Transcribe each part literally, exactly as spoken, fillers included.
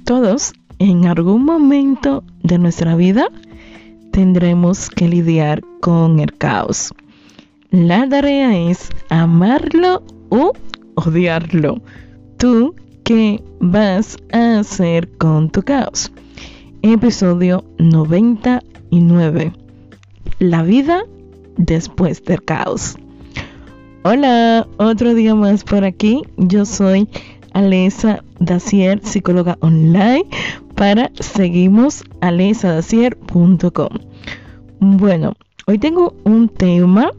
Todos, en algún momento de nuestra vida, tendremos que lidiar con el caos. La tarea es amarlo o odiarlo. ¿Tú qué vas a hacer con tu caos? Episodio noventa y nueve. La vida después del caos. Hola, otro día más por aquí. Yo soy Alesa Dacier, psicóloga online para seguimos alesa dacier punto com. Bueno, hoy tengo un tema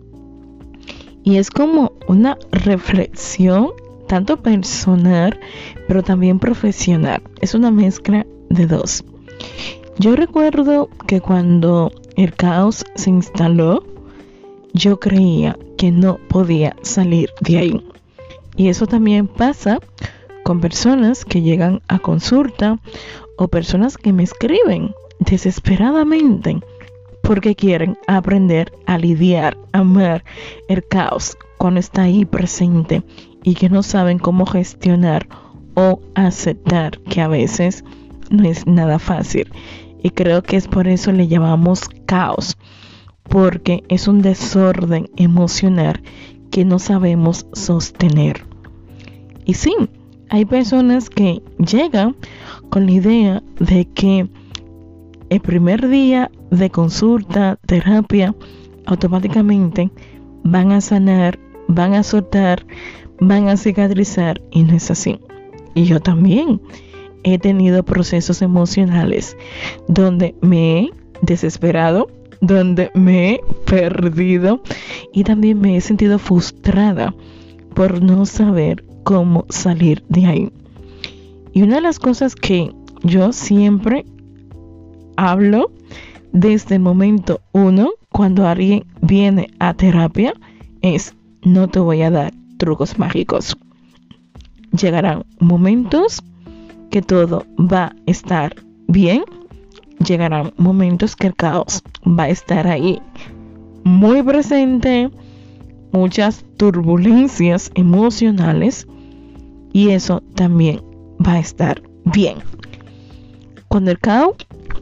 y es como una reflexión tanto personal pero también profesional. Es una mezcla de dos. Yo recuerdo que cuando el caos se instaló, yo creía que no podía salir de ahí. Y eso también pasa con personas que llegan a consulta o personas que me escriben desesperadamente porque quieren aprender a lidiar, a amar el caos cuando está ahí presente y que no saben cómo gestionar o aceptar que a veces no es nada fácil. Y creo que es por eso le llamamos caos, porque es un desorden emocional que no sabemos sostener. Y sí, hay personas que llegan con la idea de que el primer día de consulta, terapia, automáticamente van a sanar, van a soltar, van a cicatrizar, y no es así. Y yo también he tenido procesos emocionales donde me he desesperado, donde me he perdido y también me he sentido frustrada por no saber cómo salir de ahí. Y una de las cosas que yo siempre hablo desde el momento uno cuando alguien viene a terapia es: no te voy a dar trucos mágicos. Llegarán momentos que todo va a estar bien. Llegarán momentos que el caos va a estar ahí, muy presente, muchas turbulencias emocionales, y eso también va a estar bien. Cuando el caos,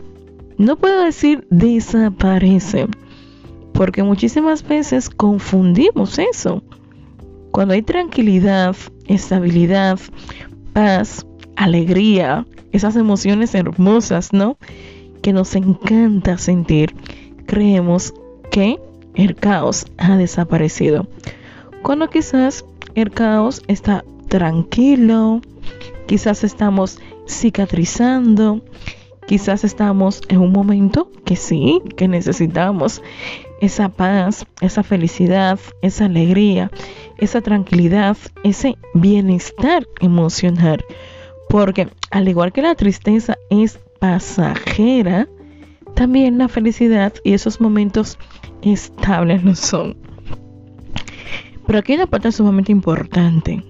no puedo decir desaparece, porque muchísimas veces confundimos eso. Cuando hay tranquilidad, estabilidad, paz, alegría, esas emociones hermosas, ¿no?, que nos encanta sentir, creemos que el caos ha desaparecido, cuando quizás el caos está tranquilo, quizás estamos cicatrizando, quizás estamos en un momento que sí, que necesitamos esa paz, esa felicidad, esa alegría, esa tranquilidad, ese bienestar emocional. Porque al igual que la tristeza es pasajera, también la felicidad y esos momentos estables lo son. Pero aquí hay una parte sumamente importante.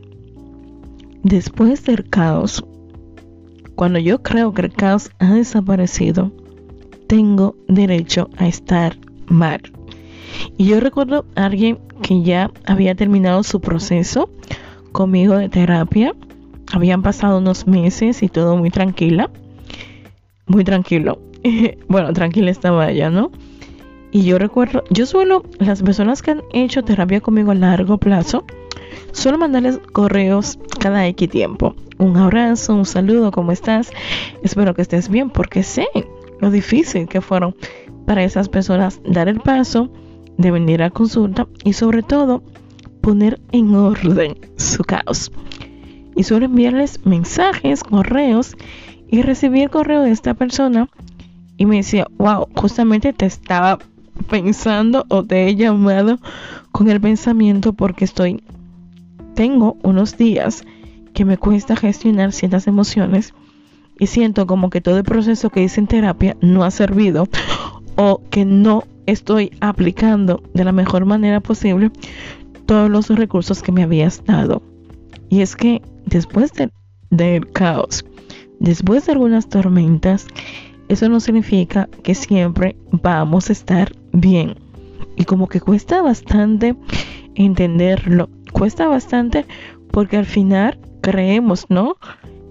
Después del caos, cuando yo creo que el caos ha desaparecido, tengo derecho a estar mal. Y yo recuerdo a alguien que ya había terminado su proceso conmigo de terapia. Habían pasado unos meses y todo muy tranquila. Muy tranquilo. Bueno, tranquila estaba ella, ¿no? Y yo recuerdo, yo suelo, las personas que han hecho terapia conmigo a largo plazo, suelo mandarles correos cada X tiempo. Un abrazo, un saludo, ¿cómo estás? Espero que estés bien, porque sé lo difícil que fueron para esas personas dar el paso de venir a consulta y sobre todo poner en orden su caos. Y suelo enviarles mensajes, correos, y recibí el correo de esta persona y me decía: wow, justamente te estaba pensando o te he llamado con el pensamiento porque estoy, tengo unos días que me cuesta gestionar ciertas emociones y siento como que todo el proceso que hice en terapia no ha servido o que no estoy aplicando de la mejor manera posible todos los recursos que me habías dado. Y es que después de, del caos, después de algunas tormentas, eso no significa que siempre vamos a estar bien. Y como que cuesta bastante entenderlo, cuesta bastante porque al final creemos, ¿no?,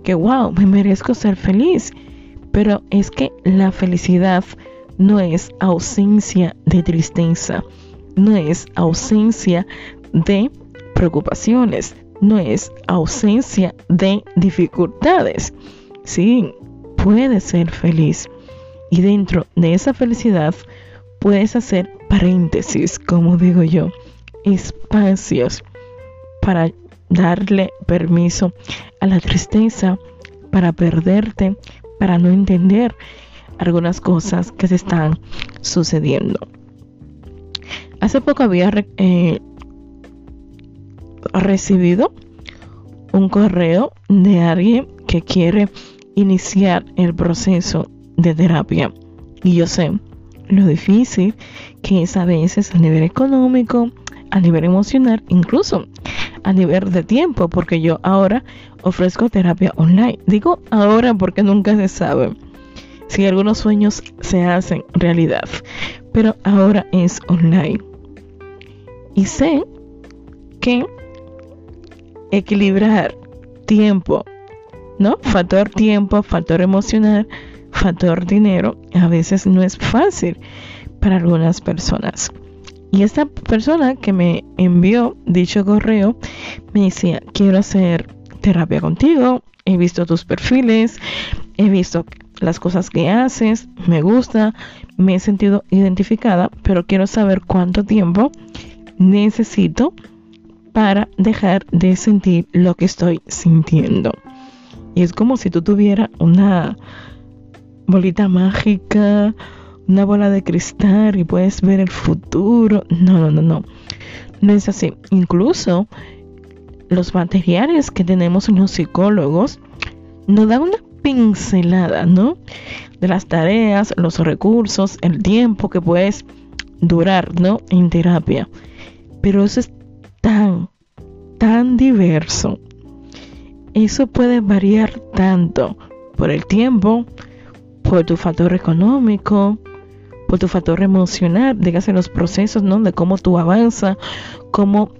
que wow, me merezco ser feliz. Pero es que la felicidad no es ausencia de tristeza, no es ausencia de preocupaciones, no es ausencia de dificultades. Sí, puedes ser feliz y dentro de esa felicidad puedes hacer paréntesis, como digo yo, espacios para darle permiso a la tristeza, para perderte, para no entender algunas cosas que se están sucediendo. Hace poco había eh, recibido un correo de alguien que quiere iniciar el proceso de terapia. Y yo sé lo difícil que es a veces a nivel económico, a nivel emocional, incluso a nivel de tiempo, porque yo ahora ofrezco terapia online. Digo ahora porque nunca se sabe si algunos sueños se hacen realidad, pero ahora es online. Y sé que equilibrar tiempo, ¿no? Factor tiempo, factor emocional, factor dinero, a veces no es fácil para algunas personas. Y esta persona que me envió dicho correo me decía: quiero hacer terapia contigo, he visto tus perfiles, he visto las cosas que haces, me gusta, me he sentido identificada, pero quiero saber cuánto tiempo necesito para dejar de sentir lo que estoy sintiendo. Y es como si tú tuvieras una bolita mágica, una bola de cristal y puedes ver el futuro. No, no, no, no. No es así. Incluso los materiales que tenemos en los psicólogos nos dan una pincelada, ¿no? De las tareas, los recursos, el tiempo que puedes durar, ¿no? En terapia. Pero eso es tan, tan diverso. Eso puede variar tanto por el tiempo, por tu factor económico, por tu factor emocional, dígase los procesos, ¿no? De cómo tú avanzas, cómo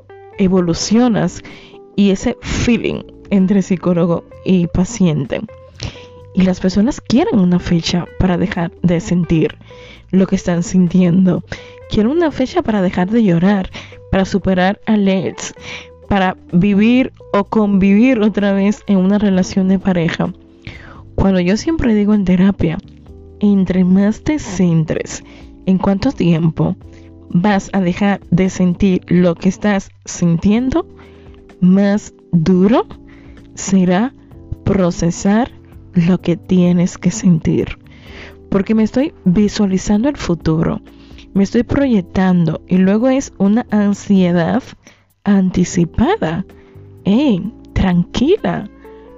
evolucionas y ese feeling entre psicólogo y paciente. Y las personas quieren una fecha para dejar de sentir lo que están sintiendo. Quieren una fecha para dejar de llorar, para superar alerts, para vivir o convivir otra vez en una relación de pareja. Cuando yo siempre digo en terapia, entre más te centres en cuánto tiempo vas a dejar de sentir lo que estás sintiendo, más duro será procesar lo que tienes que sentir. Porque me estoy visualizando el futuro, me estoy proyectando y luego es una ansiedad anticipada. ¡Ey! Tranquila.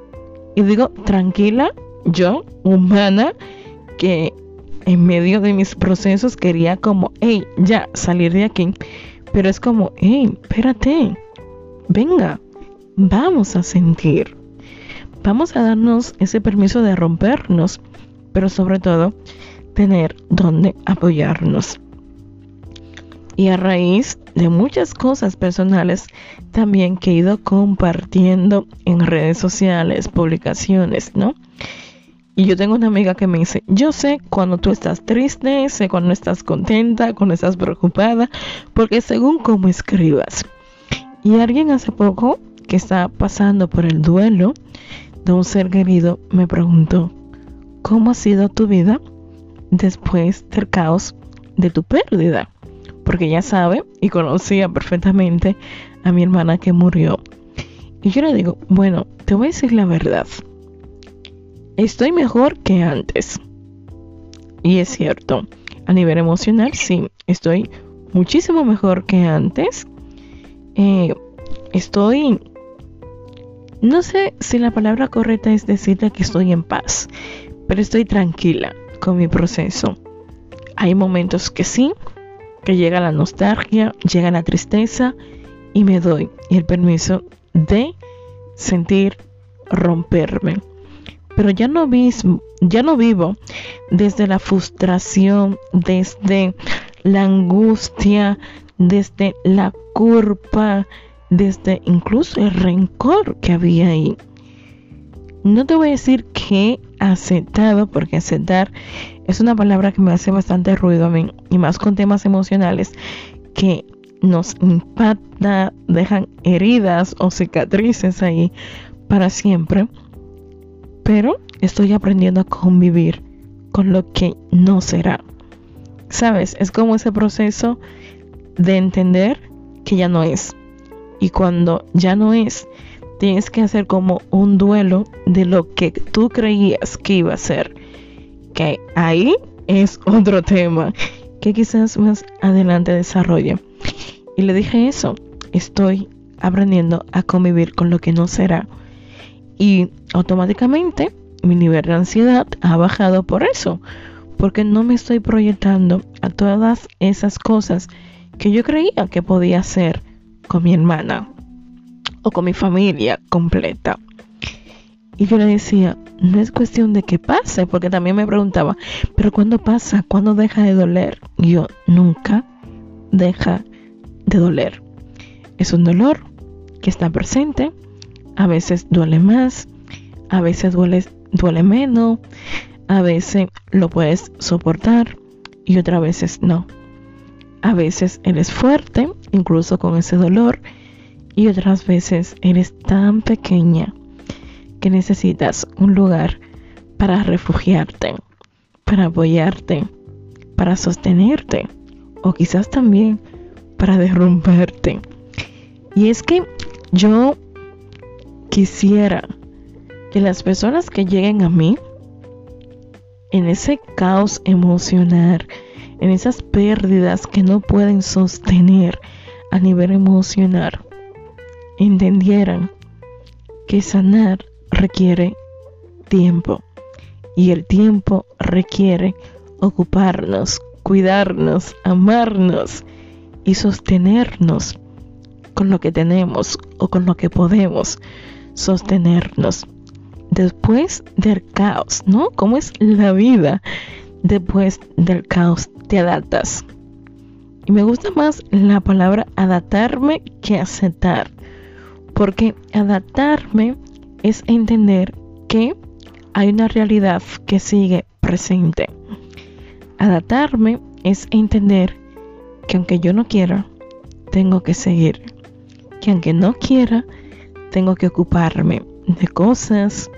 Y digo tranquila, yo, humana, que en medio de mis procesos quería como, hey, ya, salir de aquí. Pero es como, hey, espérate, venga, vamos a sentir. Vamos a darnos ese permiso de rompernos, pero sobre todo, tener donde apoyarnos. Y a raíz de muchas cosas personales también que he ido compartiendo en redes sociales, publicaciones, ¿no? Y yo tengo una amiga que me dice, yo sé cuando tú estás triste, sé cuando estás contenta, cuando estás preocupada, porque según cómo escribas. Y alguien hace poco que está pasando por el duelo de un ser querido me preguntó, ¿cómo ha sido tu vida después del caos de tu pérdida? Porque ella sabe y conocía perfectamente a mi hermana que murió. Y yo le digo, bueno, te voy a decir la verdad. Estoy mejor que antes. Y es cierto, a nivel emocional sí, estoy muchísimo mejor que antes. Eh, estoy, no sé si la palabra correcta es decirle que estoy en paz, pero estoy tranquila con mi proceso. Hay momentos que sí, que llega la nostalgia, llega la tristeza y me doy el permiso de sentir, romperme. Pero ya no, vis, ya no vivo desde la frustración, desde la angustia, desde la culpa, desde incluso el rencor que había ahí. No te voy a decir que he aceptado, porque aceptar es una palabra que me hace bastante ruido a mí, y más con temas emocionales que nos impacta, dejan heridas o cicatrices ahí para siempre. Pero estoy aprendiendo a convivir con lo que no será. ¿Sabes? Es como ese proceso de entender que ya no es. Y cuando ya no es, tienes que hacer como un duelo de lo que tú creías que iba a ser. Que ahí es otro tema que quizás más adelante desarrolle. Y le dije eso, estoy aprendiendo a convivir con lo que no será. Y automáticamente mi nivel de ansiedad ha bajado por eso. Porque no me estoy proyectando a todas esas cosas que yo creía que podía hacer con mi hermana o con mi familia completa. Y yo le decía, no es cuestión de que pase, porque también me preguntaba, pero ¿cuándo pasa? ¿Cuándo deja de doler? Y yo, nunca deja de doler. Es un dolor que está presente, a veces duele más, a veces duele, duele menos, a veces lo puedes soportar y otras veces no. A veces eres fuerte, incluso con ese dolor, y otras veces eres tan pequeña que necesitas un lugar para refugiarte, para apoyarte, para sostenerte, o quizás también para derrumbarte. Y es que yo quisiera que las personas que lleguen a mí en ese caos emocional, en esas pérdidas que no pueden sostener a nivel emocional, entendieran que sanar requiere tiempo, y el tiempo requiere ocuparnos, cuidarnos, amarnos y sostenernos con lo que tenemos o con lo que podemos sostenernos. Después del caos, ¿no? ¿Cómo es la vida? Después del caos te adaptas. Y me gusta más la palabra adaptarme que aceptar. Porque adaptarme es entender que hay una realidad que sigue presente. Adaptarme es entender que aunque yo no quiera, tengo que seguir. Que aunque no quiera, tengo que ocuparme de cosas,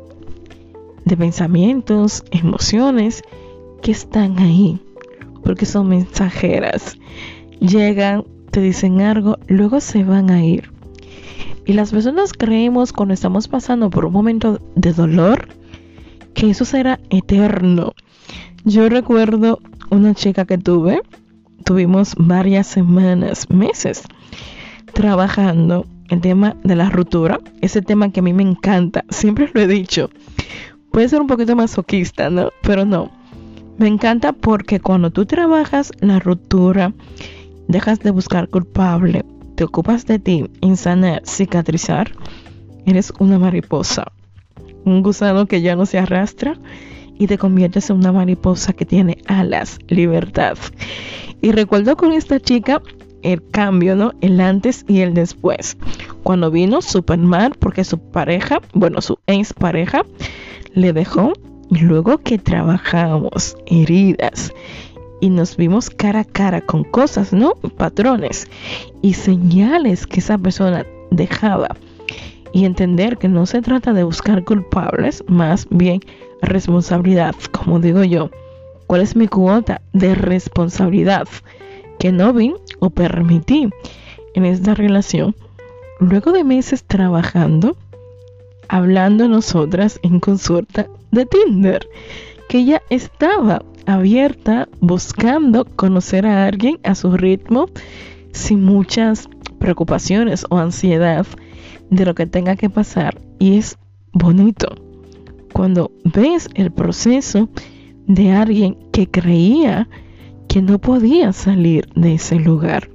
de pensamientos, emociones que están ahí, porque son mensajeras. Llegan, te dicen algo, luego se van a ir. Y las personas creemos cuando estamos pasando por un momento de dolor que eso será eterno. Yo recuerdo una chica que tuve, tuvimos varias semanas, meses, trabajando el tema de la ruptura, ese tema que a mí me encanta, siempre lo he dicho. Puede ser un poquito masoquista, ¿no? Pero no. Me encanta porque cuando tú trabajas la ruptura, dejas de buscar culpable, te ocupas de ti, en sanar, cicatrizar, eres una mariposa. Un gusano que ya no se arrastra y te conviertes en una mariposa que tiene alas, libertad. Y recuerdo con esta chica el cambio, ¿no? El antes y el después. Cuando vino super mal porque su pareja, bueno, su ex pareja, le dejó, y luego que trabajamos heridas y nos vimos cara a cara con cosas, ¿no? Patrones y señales que esa persona dejaba, y entender que no se trata de buscar culpables, más bien responsabilidad, como digo yo. ¿Cuál es mi cuota de responsabilidad que no vi o permití en esta relación? Luego de meses trabajando, hablando nosotras en consulta de Tinder, que ella estaba abierta, buscando conocer a alguien a su ritmo, sin muchas preocupaciones o ansiedad de lo que tenga que pasar. Y es bonito cuando ves el proceso de alguien que creía que no podía salir de ese lugar.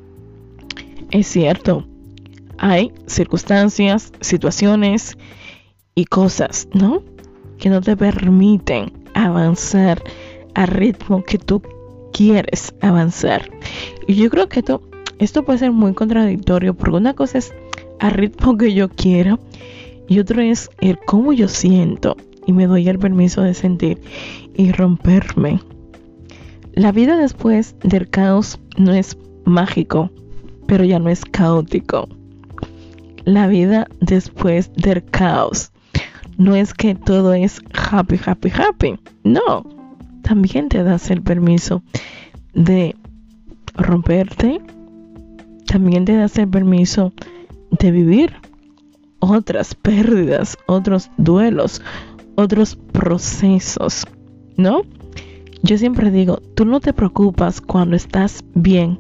Es cierto, hay circunstancias, situaciones y cosas, ¿no?, que no te permiten avanzar al ritmo que tú quieres avanzar. Y yo creo que esto, esto puede ser muy contradictorio, porque una cosa es al ritmo que yo quiero y otro es el cómo yo siento y me doy el permiso de sentir y romperme. La vida después del caos no es mágico, pero ya no es caótico. La vida después del caos no es que todo es happy, happy, happy. No, también te das el permiso de romperte. También te das el permiso de vivir otras pérdidas, otros duelos, otros procesos, ¿no? Yo siempre digo, tú no te preocupas cuando estás bien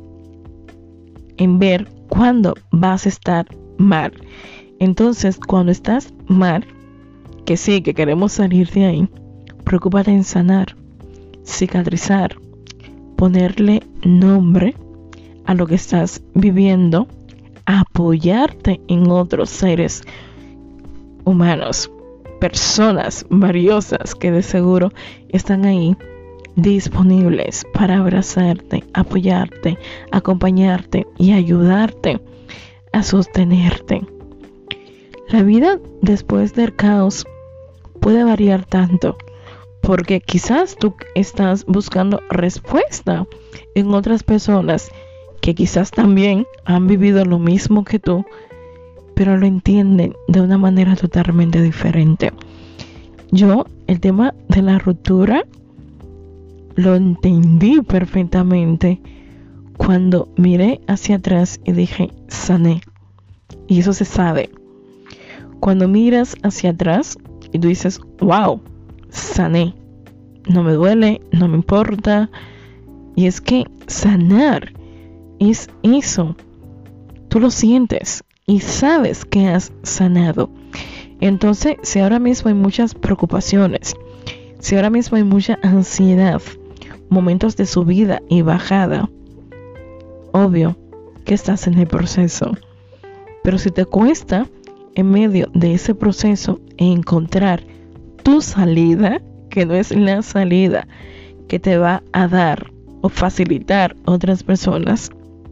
en ver cuándo vas a estar mal. Entonces, cuando estás mal, que sí, que queremos salir de ahí, preocúpate en sanar, cicatrizar, ponerle nombre a lo que estás viviendo, apoyarte en otros seres humanos, personas valiosas que de seguro están ahí disponibles para abrazarte, apoyarte, acompañarte y ayudarte a sostenerte. La vida después del caos puede variar tanto, porque quizás tú estás buscando respuesta en otras personas que quizás también han vivido lo mismo que tú, pero lo entienden de una manera totalmente diferente. Yo, el tema de la ruptura, lo entendí perfectamente cuando miré hacia atrás y dije, sané. Y eso se sabe. Cuando miras hacia atrás y tú dices, wow, sané. No me duele, no me importa. Y es que sanar es eso. Tú lo sientes y sabes que has sanado. Entonces, si ahora mismo hay muchas preocupaciones, si ahora mismo hay mucha ansiedad, momentos de subida y bajada, obvio que estás en el proceso. Pero si te cuesta en medio de ese proceso encontrar tu salida, que no es la salida que te va a dar o facilitar otras personas,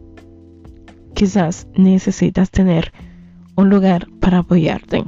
quizás necesitas tener un lugar para apoyarte.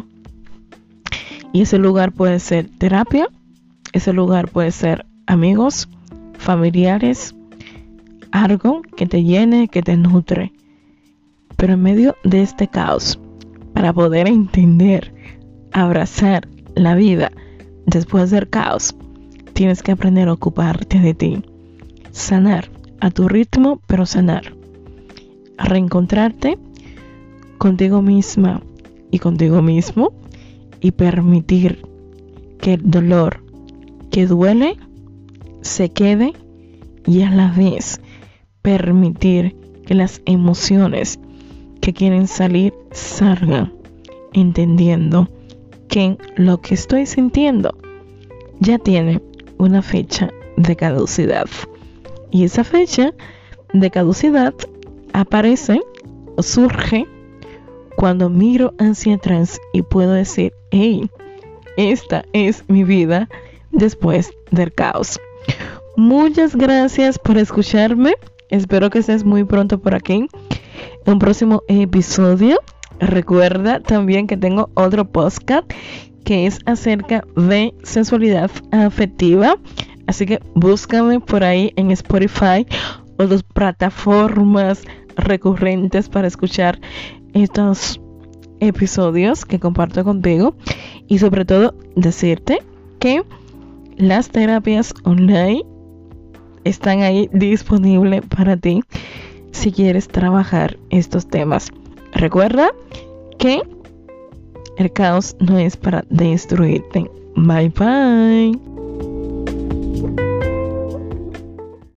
Y ese lugar puede ser terapia, ese lugar puede ser amigos, familiares, algo que te llene, que te nutre. Pero en medio de este caos, para poder entender, abrazar la vida después del caos, tienes que aprender a ocuparte de ti, sanar a tu ritmo, pero sanar, reencontrarte contigo misma y contigo mismo y permitir que el dolor que duele se quede y a la vez permitir que las emociones que quieren salir salgan, entendiendo que lo que estoy sintiendo ya tiene una fecha de caducidad y esa fecha de caducidad aparece o surge cuando miro hacia atrás y puedo decir, hey, esta es mi vida después del caos. Muchas gracias por escucharme. Espero que estés muy pronto por aquí en un próximo episodio. Recuerda también que tengo otro podcast que es acerca de sensualidad afectiva. Así que búscame por ahí en Spotify o las plataformas recurrentes para escuchar estos episodios que comparto contigo. Y sobre todo decirte que las terapias online están ahí disponibles para ti si quieres trabajar estos temas. Recuerda que el caos no es para destruirte. Bye bye.